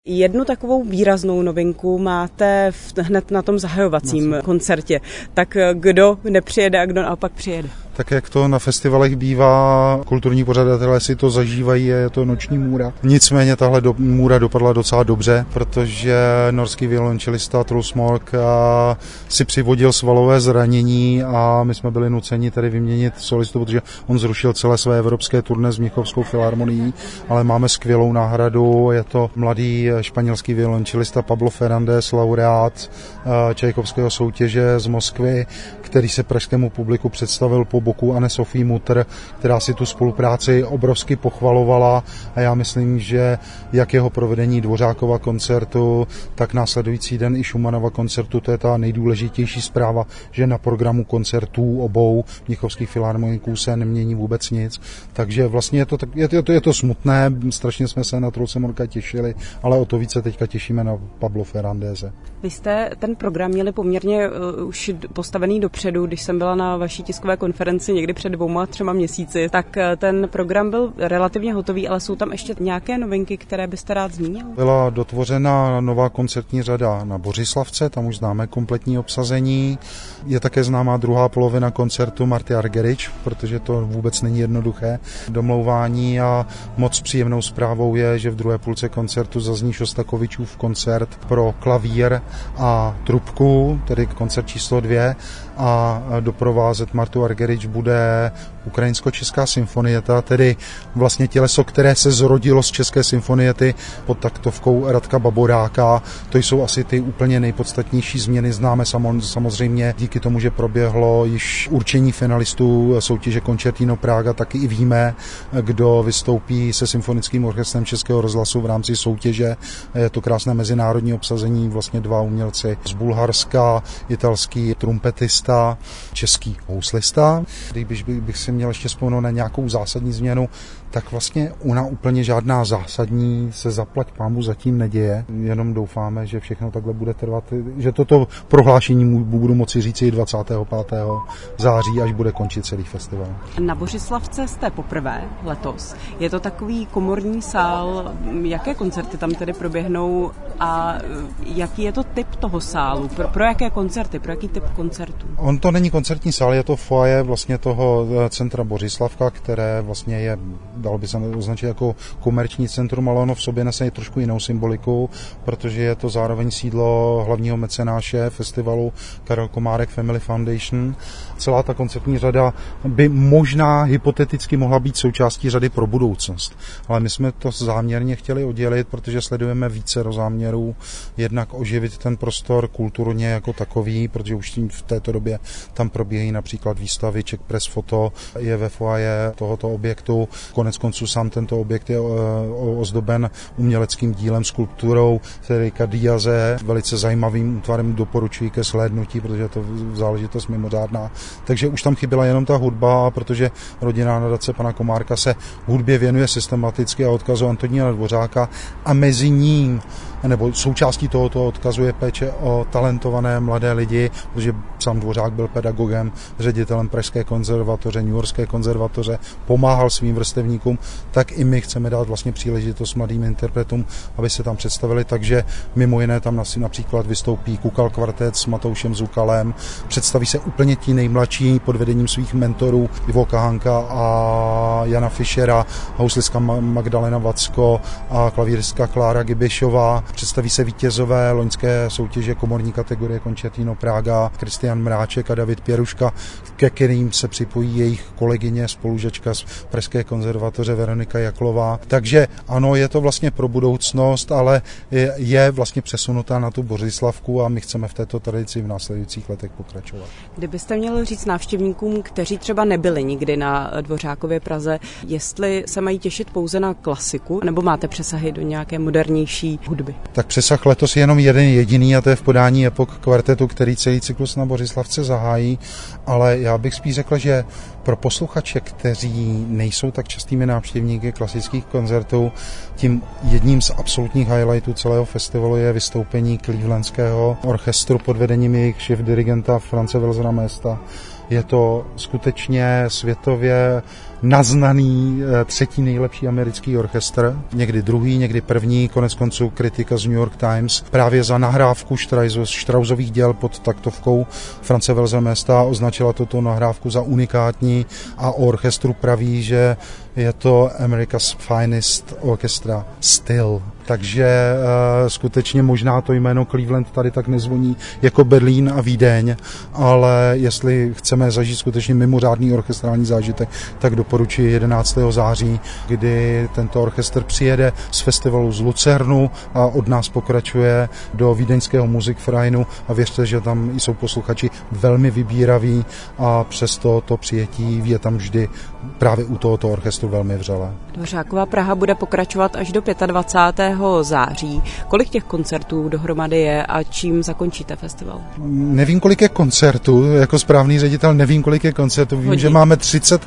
Jednu takovou výraznou novinku máte hned na tom zahajovacím koncertě. Tak kdo nepřijede a kdo naopak přijede? Tak jak to na festivalech bývá, kulturní pořadatelé si to zažívají, je to noční můra. Nicméně tahle můra dopadla docela dobře, protože norský violončelista Truls Mork si přivodil svalové zranění a my jsme byli nuceni tady vyměnit solistu, protože on zrušil celé své evropské turné s Mnichovskou filharmonií, ale máme skvělou náhradu, je to mladý španělský violončelista Pablo Fernández, laureát Čajkovského soutěže z Moskvy, který se pražskému publiku představil po boku Anne-Sophie Mutter, která si tu spolupráci obrovsky pochvalovala a já myslím, že jak jeho provedení Dvořákova koncertu, tak následující den i Schumannova koncertu, to je ta nejdůležitější zpráva, že na programu koncertů obou mnichovských filharmoniků se nemění vůbec nic. Takže vlastně je to smutné, strašně jsme se na Trulse Morka těšili, ale o to více teďka těšíme na Pablo Fernándeze. Vy jste ten program měli poměrně už postavený dopředu, když jsem byla na vaší tiskové konferenci někdy před 2-3 měsíci, tak ten program byl relativně hotový, ale jsou tam ještě nějaké novinky, které byste rád zmínil? Byla dotvořena nová koncertní řada na Bořislavce, tam už známe kompletní obsazení. Je také známá druhá polovina koncertu Marty Argerich, protože to vůbec není jednoduché domlouvání a moc příjemnou zprávou je, že v druhé půlce koncertu zazní Šostakovičův koncert pro klavír a trubku, tedy koncert číslo 2 a doprovázet Martu Argerich bude Ukrajinsko-česká symfonieta, tedy vlastně těleso, které se zrodilo z české symfoniety pod taktovkou Radka Baboráka. To jsou asi ty úplně nejpodstatnější změny. Známe samozřejmě díky tomu, že proběhlo již určení finalistů soutěže Concertino Praga, taky i víme, kdo vystoupí se symfonickým orchestrem Českého rozhlasu v rámci soutěže. Je to krásné mezinárodní obsazení, vlastně 2 umělci z Bulharska, italský trumpetista, český houslista. Když bych si měl ještě vzpomenout na nějakou zásadní změnu, tak vlastně ona úplně žádná zásadní se zaplať pámu zatím neděje. Jenom doufáme, že všechno takhle bude trvat, že toto prohlášení budu moci říct i 25. září, až bude končit celý festival. Na Bořislavce jste poprvé letos. Je to takový komorní sál. Jaké koncerty tam tedy proběhnou a jaký je to typ toho sálu? Pro jaké koncerty? Pro jaký typ koncertů? On to není koncertní sál, je to foyer vlastně toho centra Bořislavka, které vlastně je, dalo by se označit jako komerční centrum, ale ono v sobě nese i trošku jinou symboliku, protože je to zároveň sídlo hlavního mecenáše festivalu Karel Komárek Family Foundation. Celá ta koncertní řada by možná hypoteticky mohla být součástí řady pro budoucnost, ale my jsme to záměrně chtěli oddělit, protože sledujeme více záměrů, jednak oživit ten prostor kulturně jako takový, protože už v této době tam probíhají například výstavy Czech Press Photo, je ve foyer tohoto objektu. Koneckonců sám tento objekt je ozdoben uměleckým dílem, skulpturou Federica Díaze, velice zajímavým útvarem, doporučuji ke shlédnutí, protože je to záležitost mimořádná. Takže už tam chyběla jenom ta hudba, protože rodinná nadace pana Komárka se hudbě věnuje systematicky a odkazu Antonína Dvořáka a mezi ním nebo součástí tohoto odkazu je péče o talentované mladé lidi, protože sám Dvořák byl pedagogem, ředitelem Pražské konzervatoře, Newyorské konzervatoře, pomáhal svým vrstevníkům, tak i my chceme dát vlastně příležitost mladým interpretům, aby se tam představili, takže mimo jiné tam například vystoupí Kukal kvartet s Matoušem Zukalem, představí se úplně ti nejmladší pod vedením svých mentorů Ivo Kahanka a Jana Fischera, houslistka Magdalena Vacko a klavíristka Klára Gibišová. Představí se vítězové loňské soutěže komorní kategorie Concertino Praga, Kristian Mráček a David Pěruška, ke kterým se připojí jejich kolegyně, spolužačka z Pražské konzervatoře Veronika Jaklová. Takže ano, je to vlastně pro budoucnost, ale je vlastně přesunutá na tu Bořislavku a my chceme v této tradici v následujících letech pokračovat. Kdybyste měli říct návštěvníkům, kteří třeba nebyli nikdy na Dvořákově Praze, jestli se mají těšit pouze na klasiku, nebo máte přesahy do nějaké modernější hudby? Tak přesah letos je jenom jeden jediný a to je v podání Epok kvartetu, který celý cyklus na Bořislavce zahájí, ale já bych spíš řekl, že pro posluchače, kteří nejsou tak častými návštěvníky klasických koncertů, tím jedním z absolutních highlightů celého festivalu je vystoupení Clevelandského orchestru pod vedením jejich šéfdirigenta France Welzera Mesta. Je to skutečně světově naznaný třetí nejlepší americký orchestr, někdy druhý, někdy první, konec konců kritika z New York Times právě za nahrávku Straussových děl pod taktovkou France Welsemesta označila tuto nahrávku za unikátní a o orchestru praví, že je to America's Finest Orchestra still. Takže skutečně možná to jméno Cleveland tady tak nezvoní jako Berlín a Vídeň, ale jestli chceme zažít skutečně mimořádný orchestrální zážitek, tak doporučuji 11. září, kdy tento orchestr přijede z festivalu z Lucernu a od nás pokračuje do vídeňského Musikvereinu a věřte, že tam jsou posluchači velmi vybíraví a přesto to přijetí je tam vždy právě u tohoto orchestru velmi vřelé. Dvořákova Praha bude pokračovat až do 25. září. Kolik těch koncertů dohromady je a čím zakončíte festival? Nevím, kolik je koncertů, jako správný ředitel nevím, kolik je koncertů. Vím, že máme 30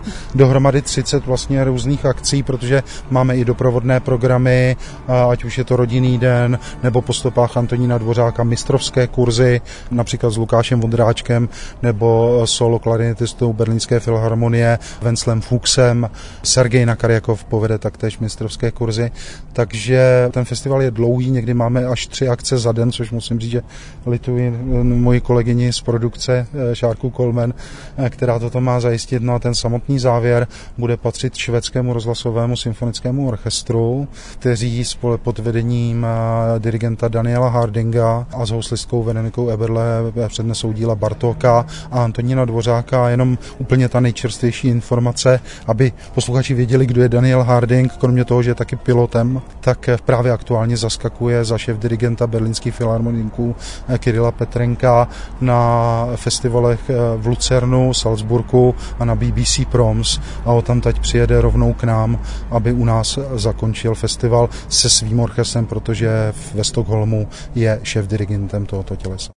vlastně různých akcí, protože máme i doprovodné programy, ať už je to rodinný den, nebo po stopách Antonína Dvořáka mistrovské kurzy, například s Lukášem Vondráčkem, nebo solo klarinetistou Berlínské filharmonie Venclem Fuchsem. Sergej Nakarjakov povede taktéž mistrovské kurzy, takže ten festival je dlouhý, někdy máme až 3 akce za den, což musím říct, že lituji moji kolegyni z produkce Šárku Kolmen, která toto má zajistit. No a ten samotný závěr bude patřit švédskému rozhlasovému symfonickému orchestru, kteří pod vedením dirigenta Daniela Hardinga a s houslistkou Veronikou Eberle přednesou díla Bartóka a Antonína Dvořáka. Jenom úplně ta nejčerstvější informace, aby posluchači věděli, kdo je Daniel Harding, kromě toho, že je taky pilotem, tak právě aktuálně zaskakuje za šéf dirigenta berlínských filharmoniků Kirila Petrenka na festivalech v Lucernu, Salzburgu a na BBC Proms a odtamtud přijede rovnou k nám, aby u nás zakončil festival se svým orchestrem, protože ve Stockholmu je šéf dirigentem tohoto tělesa.